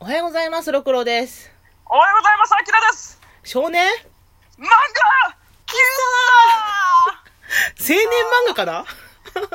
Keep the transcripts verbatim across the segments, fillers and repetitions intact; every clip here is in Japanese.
おはようございます。ろくろです。 おはようございます。あきらです。 少年漫画キュー青年漫画かな。 青年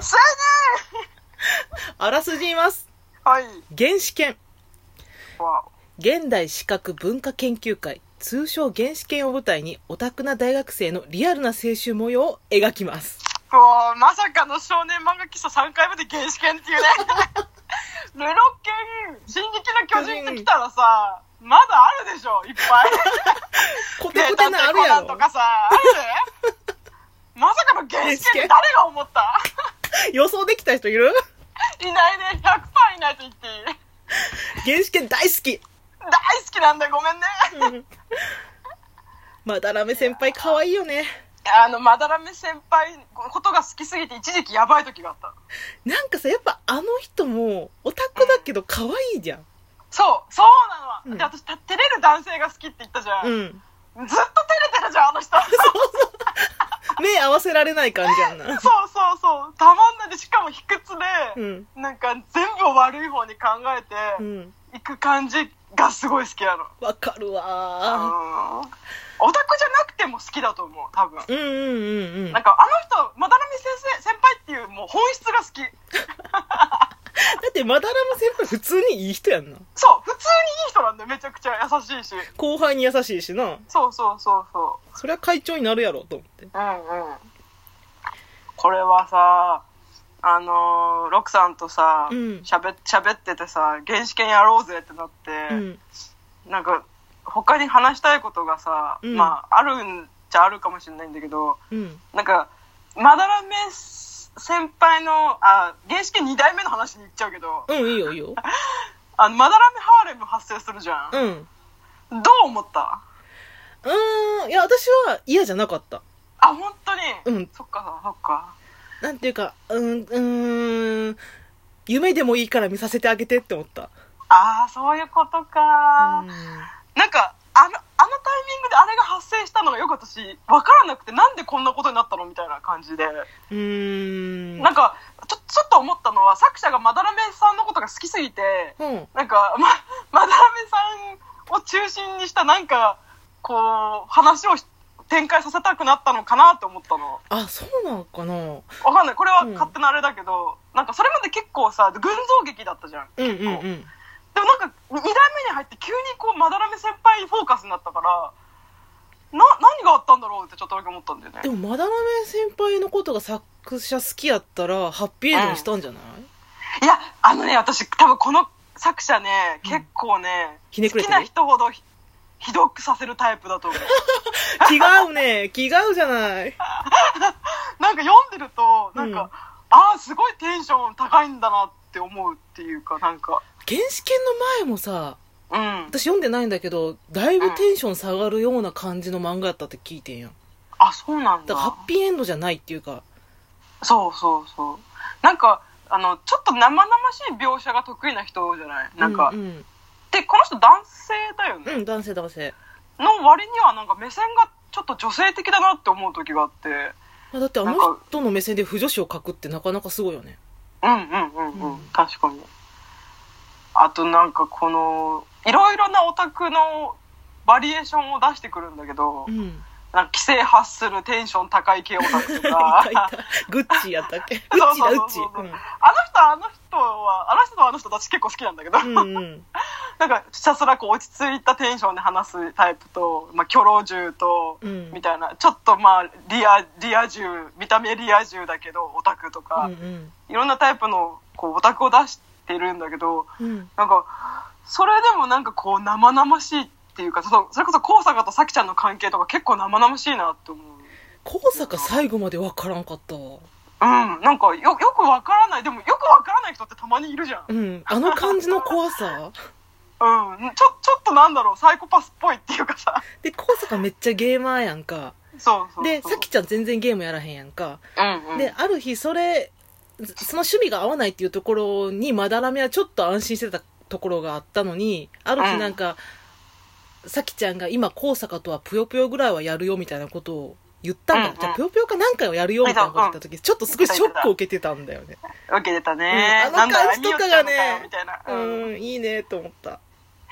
あらすじ言います。 はい。 原始圏。 わお。 現代史学文化研究会、通称原始圏を舞台にオタクな大学生のリアルな青春模様を描きます。 おまさかの少年漫画基礎さんかいめで原始圏っていうね。ルロケン、進撃の巨人って来たらさ、まだあるでしょ、いっぱい。 コテコテなあるやろ。 とかさ、あるでまさかの原始圏って誰が思った？ 予想できた人いる？ いないね。ひゃくパーセントいないと言っていい。 原始圏大好き。 大好きなんだよ、ごめんね。 まだらめ先輩可愛いよね。 あのまだらめ先輩ことが好きすぎて一時期やばい時があった。 なんかさ、やっぱあの人もオタクだけど可愛いじゃん、うん、 そうそうなのは、うん、で私照れる男性が好きって言ったじゃん、うん、ずっと照れてるじゃんあの人。そうそう目合わせられない感じやんな。 そうそうそう、たまんないで、しかも卑屈で、うん、なんか全部を悪い方に考えて、うん、いく感じがすごい好きなの。 わかるわー。 オタクじゃなくても好きだと思う、多分。 うんうんうんうん。 なんかあの人、まだらめ先生、先輩っていうもう本質が好き。 だってまだらめ先輩普通にいい人やんな。 そう、普通にいい人なんだよ。めちゃくちゃ優しいし。 後輩に優しいしな。 そうそうそうそう。 そりゃ会長になるやろと思って。 うんうん。これはさ、あのー、ロクさんとさ、喋、うん、喋っててさ、原始圏やろうぜってなって、うん、なんか、他に話したいことがさ、うん、まああるんじゃあるかもしれないんだけど、うん、なんかまだらめ先輩のあ原始圏にだいめの話に行っちゃうけど、 うんいいよいいよ。 あのまだらめハーレム発生するじゃん。うん。どう思った？ うーんいや私は嫌じゃなかった。 あ本当に。うん。そっかそっか。 なんていうかうんうーん夢でもいいから見させてあげてって思った。 ああそういうことか。うんなんかあの、あのタイミングであれが発生したのがよかったし、分からなくてなんでこんなことになったのみたいな感じで。うーん。なんか、ちょ、ちょっと思ったのは、作者がまだらめさんのことが好きすぎて、うん、なんか、ま、まだらめさんを中心にしたなんか、こう、話を展開させたくなったのかなって思ったの。 あ、そうなのかな？わかんない。これは勝手なあれだけど、うん、なんかそれまで結構さ、群像劇だったじゃん。結構。うんうんうんでもなんかにだいめに入って急にこうまだらめ先輩フォーカスになったからな何があったんだろうってちょっとだけ思ったんだよね。 でもまだらめ先輩のことが作者好きやったらハッピーエンドにしたんじゃない？ うん、いやあのね私多分この作者ね、うん、結構ねひねくれてる好きな人ほど ひ, ひどくさせるタイプだと思う。 気が合うね気が合うじゃない。 なんか読んでるとなんか、うん、ああすごいテンション高いんだなって思うっていうかなんか原始圏の前もさ、うん、私読んでないんだけどだいぶテンション下がるような感じの漫画やったって聞いてんやん。 あそうなんだ。 だからハッピーエンドじゃないっていうかそうそうそうなんかあのちょっと生々しい描写が得意な人じゃないなんか、うんうん、でこの人男性だよね。 うん男性男性の割にはなんか目線がちょっと女性的だなって思う時があってだってあの人の目線で腐女子を描くってなかなかすごいよね。 うんうんうんうん、うん、確かに。あとなんかこのいろいろなオタクのバリエーションを出してくるんだけど、うん、なんか規制発するテンション高い系オタクとかいたいたグッチやったっけ。グッチだグッチ。あの人あの人はあの人とあの人たち結構好きなんだけど、うんうん、なんかひたすらこう落ち着いたテンションで話すタイプと、まあ、キョロ銃と、うん、みたいなちょっとまあリアリア充見た目リア充だけどオタクとか、うんうん、いろんなタイプのこうオタクを出しているんだけど、うん、なんかそれでもなんかこう生々しいっていうかそれこそ高坂と咲ちゃんの関係とか結構生々しいなって思う。 高坂最後まで分からんかったわ。 うんなんか よ, よく分からないでもよく分からない人ってたまにいるじゃん。 うんあの感じの怖さうんちょちょっとなんだろうサイコパスっぽいっていうかさで高坂めっちゃゲーマーやんか。 そうそうそうで咲ちゃん全然ゲームやらへんやんか、うんうん、である日それその趣味が合わないっていうところにまだらめはちょっと安心してたところがあったのにある日なんか、うん、さきちゃんが今高坂とはぷよぷよぐらいはやるよみたいなことを言ったんだ、うんうん、じゃあぷよぷよか何回はやるよみたいなこと言った時、うん、ちょっとすごいショックを受けてたんだよね。 受けてたね、 うん、あの感じとかがねうんいいねと思った。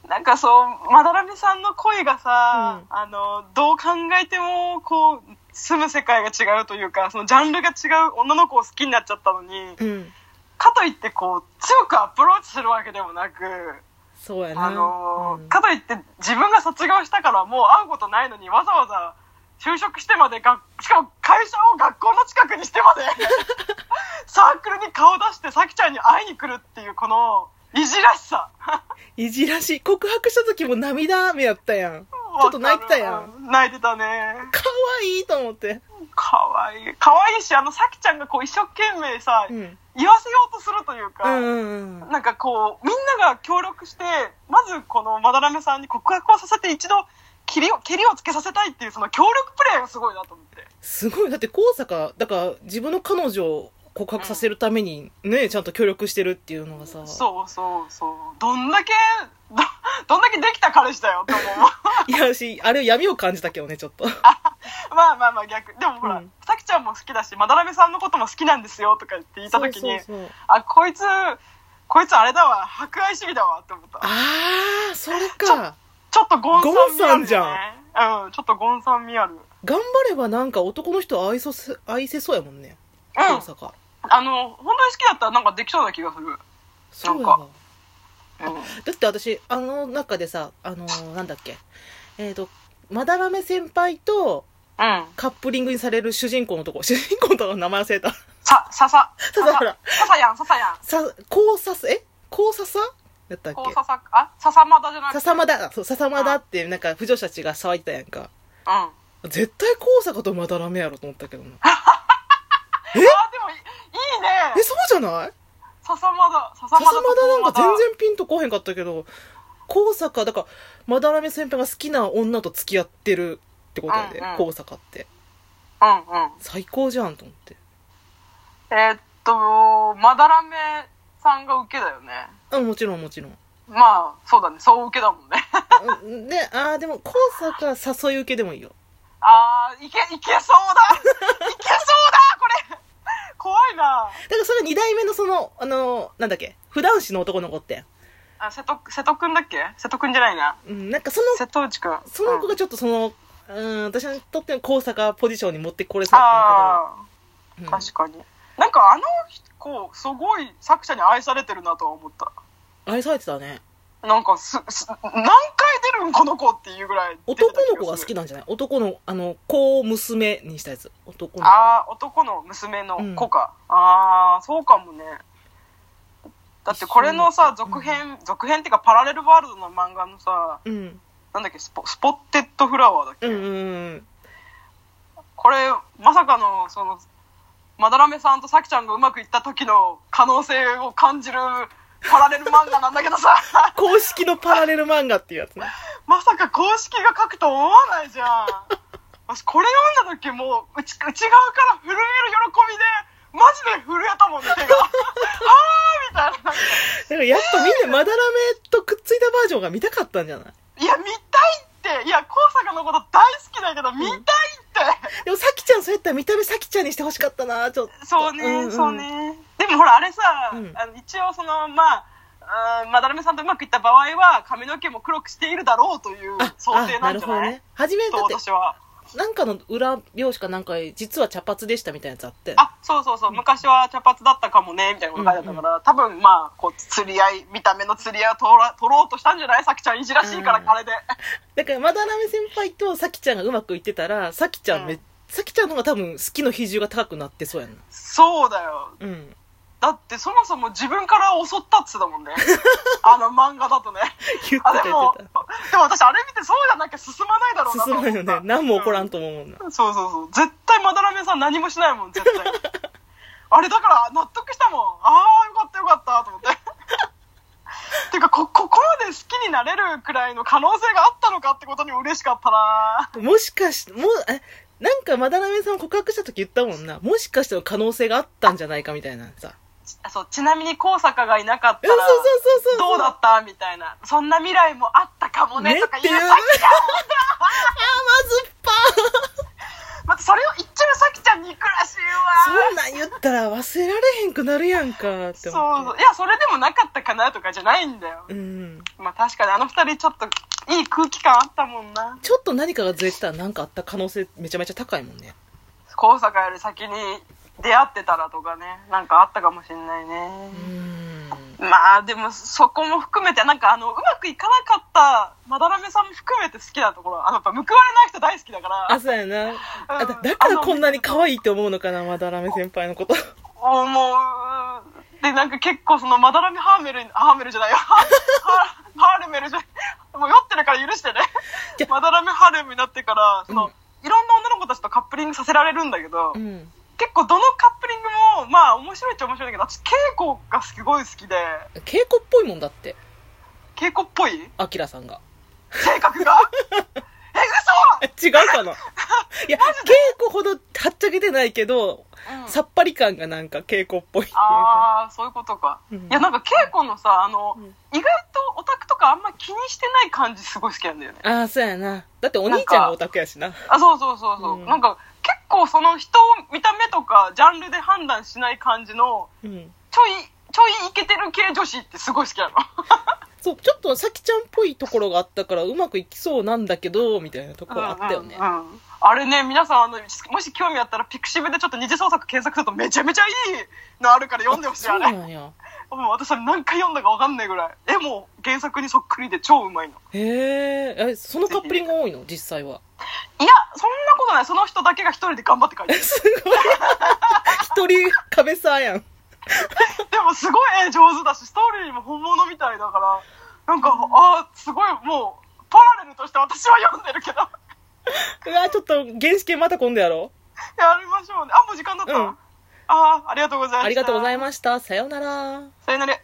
なんかそうまだらめさんの声がさ、うん、あのどう考えてもこう住む世界が違うというかそのジャンルが違う女の子を好きになっちゃったのに、うん、かといってこう強くアプローチするわけでもなく、 そうやな、 あのーうん、かといって自分が卒業したからもう会うことないのにわざわざ就職してまでがしかも会社を学校の近くにしてまでサークルに顔出してさきちゃんに会いに来るっていうこのいじらしさいじらし告白した時も涙目やったやん。ちょっと泣いてたやん。 泣いてたね。 かわいいと思って。 かわいいかわいいし、あのさきちゃんがこう一生懸命さ、うん、言わせようとするというか、うんうんうん、なんかこうみんなが協力してまずこのまだらめさんに告白をさせて一度蹴りを蹴りをつけさせたいっていうその協力プレーがすごいなと思って。 すごい。だって高坂だから自分の彼女を告白させるためにね、うん、ちゃんと協力してるっていうのがさ、 そうそうそう、どんだけ ど, どんだけできた彼氏だよって思う。 いやし、あれ闇を感じたけどね、ちょっと。 まあまあまあ逆でもほら、うん、さきちゃんも好きだしまだらめさんのことも好きなんですよとか言って言った時に、そうそうそう、あこいつこいつあれだわ博愛主義だわって思った。 あーそれか。 ちょっとゴンさん、ね、 ゴンさんじゃん。うん、ちょっとゴンさん味ある。 頑張ればなんか男の人愛そせ愛せそうやもんね。 うん。大阪。あの本当に好きだったらなんかできそうな気がする。 そうやわ。うん、だって私あの中でさ、あのー、なんだっけ、えっとまだらめ先輩とカップリングにされる主人公のとこ、主人公の名前忘れた。 さささささほらささやんささやんさこうさすえこうささやったっけ。 こうささあささまだじゃなくてささまだ、そうささまだってなんか不女子たちが騒いでたやんか。 うん。 絶対こうさかとまだらめやろと思ったけどな。 えあでもいいね。 えそうじゃない。 ささまだささまだなんか全然ピンとこへんかったけど、高坂だからまだらめ先輩が好きな女と付き合ってるってことやで、うんうん、高坂ってうんうん最高じゃんと思って。 えー、っとまだらめさんが受けだよね。 うん、もちろんもちろん。 まあそうだね、そう受けだもんね。で、あーでも高坂誘い受けでもいいよ。 あーいけいけそうだいけそうだこれ怖いな。 だからそれに代目のそのあのなんだっけ普段子の男の子ってあ瀬戸瀬戸くんだっけ。瀬戸くんじゃないな、 うん、なんかその瀬戸内くんその子がちょっとその、うん、うん私にとっての高坂ポジションに持ってこれそうだったんだけど、あ、うん、確かになんかあの子すごい作者に愛されてるなとは思った。 愛されてたね。 なんかすす何回出るんこの子っていうぐらい。 男の子が好きなんじゃない。男のあの子を娘にしたやつ。男の子。 ああ男の娘の子か、うん、ああそうかもね。だってこれのさ続編、うん、続編っていうかパラレルワールドの漫画のさ、うん、なんだっけスポ、スポッテッドフラワーだっけ、うんうんうん、これまさかのそのまだらめさんとさきちゃんがうまくいった時の可能性を感じるパラレル漫画なんだけどさ公式のパラレル漫画っていうやつね。 まさか公式が書くと思わないじゃん。私これ読んだ時もう 内, 内側から震える喜びでマジで震えたもんね手がはーみたいな。だからやっぱみんなまだらめとくっついたバージョンが見たかったんじゃない。 いや見たいって、いや高坂のこと大好きだけど見たいって、 うん、でもさきちゃんそうやったら見た目さきちゃんにしてほしかったなちょっと。 そうね、うんうん、そうね。でもほらあれさ、うん、あの一応そのまあまだらめさんとうまくいった場合は髪の毛も黒くしているだろうという想定なんじゃない。なるほどね。 初めだって私はなんかの裏表紙かなんか実は茶髪でしたみたいなやつあって、 あそうそうそう、うん、昔は茶髪だったかもねみたいなこと書いてあったから、うんうん、多分まあこう釣り合い見た目の釣り合いを取ら取ろうとしたんじゃない。さきちゃんいじらしいから、うん、あれでだからまだらめ先輩とさきちゃんがうまくいってたらさきちゃんめ、うん、さきちゃんの方が多分好きの比重が高くなってそうやんな。 そうだよ、うん、だってそもそも自分から襲ったっつだもんねあの漫画だとね言ってた言ってた。でもでも私あれ見てそうじゃなきゃ進まないだろうなと思った。 進まないよね。何も起こらんと思うもんな、 うん、そうそうそう絶対まだらめさん何もしないもん絶対あれだから納得したもん。ああよかったよかったと思っててか こ, ここまで好きになれるくらいの可能性があったのかってことに嬉しかったな。 もしかしてもうえなんかまだらめさん告白した時言ったもんな。もしかしての可能性があったんじゃないかみたいなさ。 そう、ちなみに高坂がいなかったらどうだったみたいな、そんな未来もあったかもねとか言うさきちゃんあーまずっぱーまたそれを言っちゃうさきちゃか憎らしいわ。 そんなん言ったら忘れられへんくなるやんかって思って。 そうそう。いや、それでもなかったかなとかじゃないんだよ。 うん。 まあ確かにあの二人ちょっといい空気感あったもんな。 ちょっと何かがずれてたら何かあった可能性めちゃめちゃ高いもんね。 高坂より先に出会ってたらとかね、なんかあったかもしれないね。うん。まあでもそこも含めてなんかあのうまくいかなかったまだらめさんも含めて好きなところ、あのやっぱ報われない人大好きだから。 あ、そうやな。うん、あだだからこんなに可愛いって思うのかな、まだらめ先輩のこと。 思う。でなんか結構そのまだらめハーメルハーメルじゃないよ。ハーレメルじゃない。もう酔ってるから許してね。まだらめハーレムになってからその、うん、いろんな女の子たちとカップリングさせられるんだけど。うん、結構どのカップリングもまあ面白いっちゃ面白いんだけど、私稽古がすごい好きで。 稽古っぽいもんだって。 稽古っぽい？ アキラさんが性格がえ、 嘘違うかな。いや、稽古ほどはっちゃけてないけど、うん、さっぱり感がなんか稽古っぽいっていうか。 ああ、そういうことか、うん、いやなんか稽古のさ、あの、うん、意外とオタクとかあんま気にしてない感じすごい好きなんだよね。 ああ、そうやな。だってお兄ちゃんがオタクやしな。 あ、そうそうそうそう、うん、なんか結構その人を見た目とかジャンルで判断しない感じの、うん、ちょいちょいイケてる系女子ってすごい好きなの。 そう、ちょっとさきちゃんっぽいところがあったからうまくいきそうなんだけどみたいなところあったよね。 うんうんうん、あれね、皆さんあのもし興味あったらピクシブでちょっと二次創作検索するとめちゃめちゃいいのあるから読んでほしい。あれそうなんや。もう私は何回読んだか分かんないぐらい絵も原作にそっくりで超うまいの。 へえ、そのカップリングが多いの実際は。 いやそんなことない。その人だけが一人で頑張って書いてる。すごい。 一人壁さやん。 でもすごい絵上手だしストーリーも本物みたいだからなんか、あーすごいもうパラレルとして私は読んでるけど。 うわちょっと原始系また今度やろう。やりましょうね。あ、もう時間だった、うん、あーありがとうございました。 ありがとうございました。さようなら。 さようなら。